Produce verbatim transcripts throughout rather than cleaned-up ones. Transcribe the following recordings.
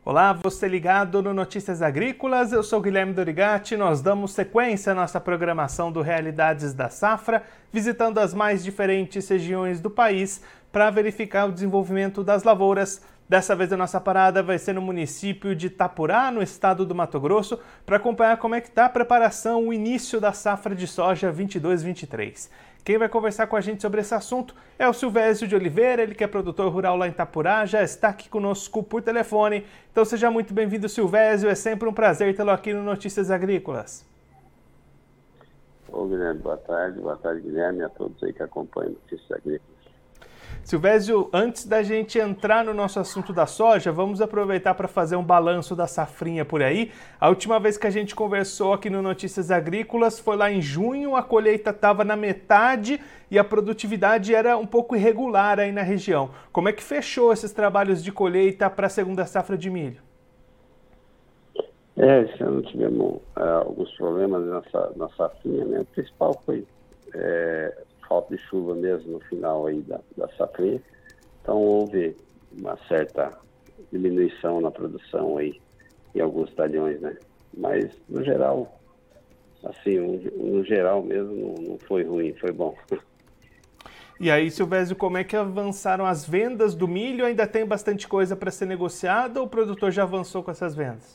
Olá, você ligado no Notícias Agrícolas, eu sou Guilherme Dorigatti. Nós damos sequência à nossa programação do Realidades da Safra, visitando as mais diferentes regiões do país para verificar o desenvolvimento das lavouras. Dessa vez a nossa parada vai ser no município de Itapurá, no estado do Mato Grosso, para acompanhar como é que está a preparação, o início da safra de soja vinte e dois vinte e três. Quem vai conversar com a gente sobre esse assunto é o Silvésio de Oliveira, ele que é produtor rural lá em Itapurá, já está aqui conosco por telefone. Então seja muito bem-vindo, Silvésio, é sempre um prazer tê-lo aqui no Notícias Agrícolas. Ô Guilherme, boa tarde, boa tarde Guilherme, a todos aí que acompanham Notícias Agrícolas. Silvésio, antes da gente entrar no nosso assunto da soja, vamos aproveitar para fazer um balanço da safrinha por aí. A última vez que a gente conversou aqui no Notícias Agrícolas foi lá em junho, a colheita estava na metade e a produtividade era um pouco irregular aí na região. Como é que fechou esses trabalhos de colheita para a segunda safra de milho? É, esse ano tivemos é, alguns problemas nessa, na safrinha, né? O principal foi... É... falta de chuva mesmo no final aí da, da safrinha, então houve uma certa diminuição na produção aí em alguns talhões, né? Mas no geral, assim, no geral mesmo não, não foi ruim, foi bom. E aí, Silvésio, como é que avançaram as vendas do milho? Ainda tem bastante coisa para ser negociada ou o produtor já avançou com essas vendas?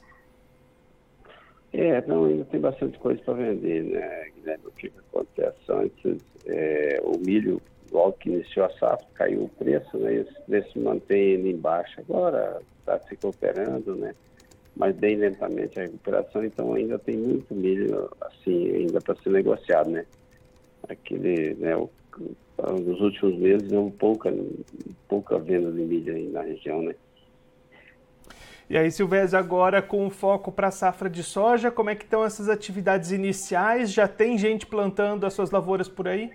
É, não, ainda tem bastante coisa para vender, né, Guilherme? O que acontece antes, é, o milho, logo que iniciou a safra, caiu o preço, né? Esse preço mantém ele embaixo. Agora está se recuperando, né? Mas bem lentamente a recuperação, então ainda tem muito milho, assim, ainda para ser negociado, né? Aquele, né, o, nos últimos meses, houve pouca, pouca venda de milho aí na região, né? E aí, Silvésio, agora com foco para a safra de soja, como é que estão essas atividades iniciais? Já tem gente plantando as suas lavouras por aí?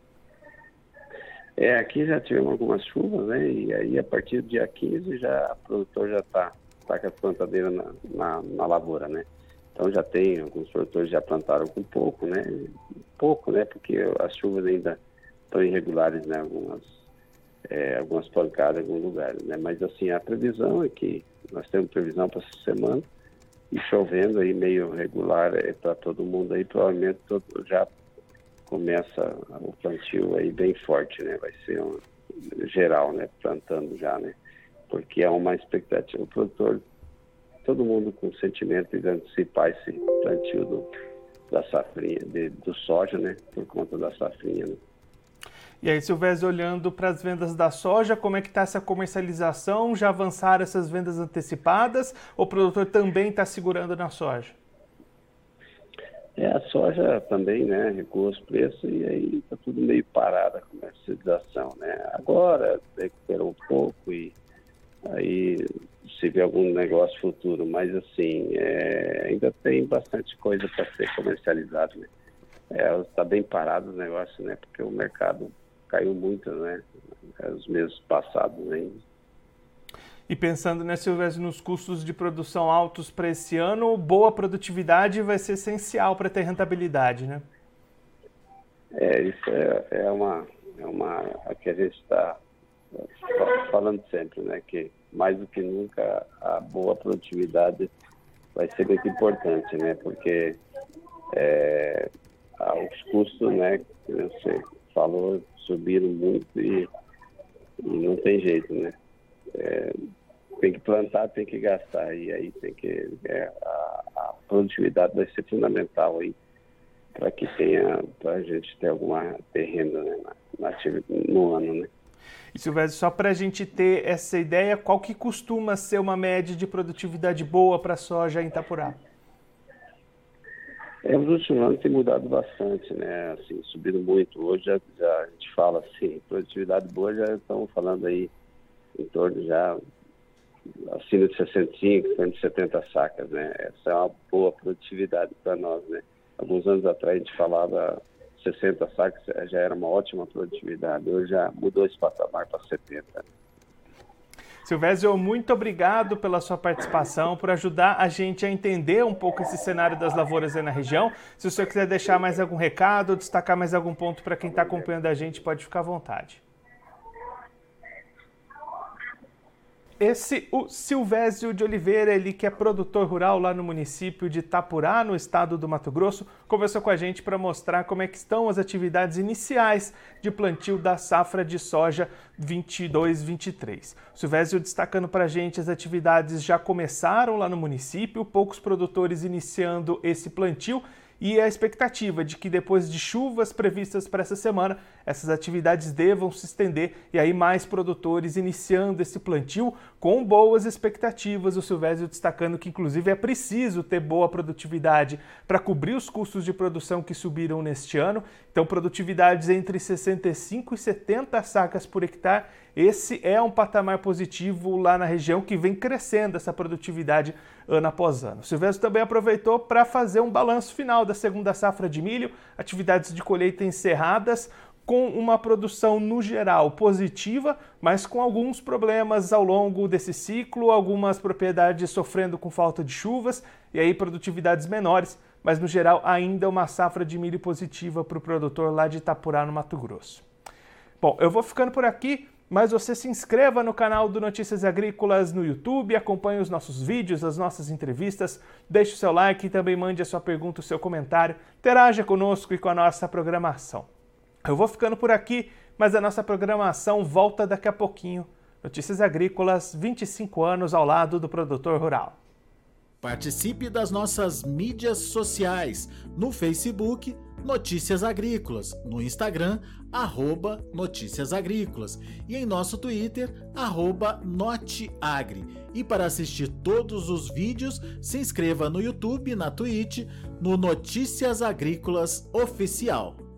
É, aqui já tivemos algumas chuvas, né? E aí, a partir do dia quinze, já, o produtor já está tá com a plantadeira na, na, na lavoura, né? Então, já tem, alguns produtores já plantaram com pouco, né? Pouco, né? Porque as chuvas ainda estão irregulares, né? Algumas, é, algumas pancadas em alguns lugares, né? Mas, assim, a previsão é que nós temos previsão para essa semana e chovendo aí meio regular é, para todo mundo aí, provavelmente todo, já começa o plantio aí bem forte, né? Vai ser um geral, né? Plantando já, né? Porque é uma expectativa. O produtor, todo mundo com sentimento de antecipar esse plantio do, da safrinha, de, do soja, né? Por conta da safrinha, né? E aí, Silvésio, olhando para as vendas da soja, como é que está essa comercialização? Já avançaram essas vendas antecipadas ou o produtor também está segurando na soja? É, a soja também, né, recuou os preços e aí está tudo meio parado a comercialização, né? Agora recuperou um pouco e aí se vê algum negócio futuro, mas assim, é, ainda tem bastante coisa para ser comercializada, né? É, está bem parado o negócio, né? Porque o mercado caiu muito, né? Os meses passados ainda. E pensando, né, Silvésio, nos custos de produção altos para esse ano, boa produtividade vai ser essencial para ter rentabilidade, né? É, isso é, é uma, é uma a que a gente está falando sempre, né? Que mais do que nunca a boa produtividade vai ser muito importante, né? Porque é, os custos, né? Que você falou, subiram muito e, e não tem jeito, né? É, tem que plantar, tem que gastar e aí tem que é, a, a produtividade vai ser fundamental aí para que tenha, para a gente ter alguma ter renda, né, na, na, no ano, né? E Silvésio, só para a gente ter essa ideia, qual que costuma ser uma média de produtividade boa para a soja em Itapurá? É, os últimos anos tem mudado bastante, né? Assim, subindo muito. Hoje já, já a gente fala assim, produtividade boa, já estamos falando aí em torno já acima de sessenta e cinco, em torno de setenta sacas, né? Essa é uma boa produtividade para nós, né? Alguns anos atrás a gente falava sessenta sacas, já era uma ótima produtividade. Hoje já mudou esse patamar para setenta. Silvésio, muito obrigado pela sua participação, por ajudar a gente a entender um pouco esse cenário das lavouras aí na região. Se o senhor quiser deixar mais algum recado, destacar mais algum ponto para quem está acompanhando a gente, pode ficar à vontade. Esse, o Silvésio de Oliveira, ele que é produtor rural lá no município de Itapurá, no estado do Mato Grosso, conversou com a gente para mostrar como é que estão as atividades iniciais de plantio da safra de soja vinte e dois vinte e três. O Silvésio destacando para a gente as atividades já começaram lá no município, poucos produtores iniciando esse plantio, e a expectativa de que depois de chuvas previstas para essa semana, essas atividades devam se estender e aí mais produtores iniciando esse plantio com boas expectativas. O Silvésio destacando que inclusive é preciso ter boa produtividade para cobrir os custos de produção que subiram neste ano. Então produtividades entre sessenta e cinco e setenta sacas por hectare. Esse é um patamar positivo lá na região que vem crescendo essa produtividade ano após ano. O Silvésio também aproveitou para fazer um balanço final da segunda safra de milho, atividades de colheita encerradas, com uma produção no geral positiva, mas com alguns problemas ao longo desse ciclo, algumas propriedades sofrendo com falta de chuvas e aí produtividades menores, mas no geral ainda uma safra de milho positiva para o produtor lá de Itapurá, no Mato Grosso. Bom, eu vou ficando por aqui, mas você se inscreva no canal do Notícias Agrícolas no YouTube, acompanhe os nossos vídeos, as nossas entrevistas, deixe o seu like e também mande a sua pergunta, o seu comentário, interaja conosco e com a nossa programação. Eu vou ficando por aqui, mas a nossa programação volta daqui a pouquinho. Notícias Agrícolas, vinte e cinco anos ao lado do produtor rural. Participe das nossas mídias sociais, no Facebook, Notícias Agrícolas, no Instagram, arroba Notícias Agrícolas e em nosso Twitter, arroba Noteagri. E para assistir todos os vídeos, se inscreva no YouTube, na Twitch, no Notícias Agrícolas Oficial.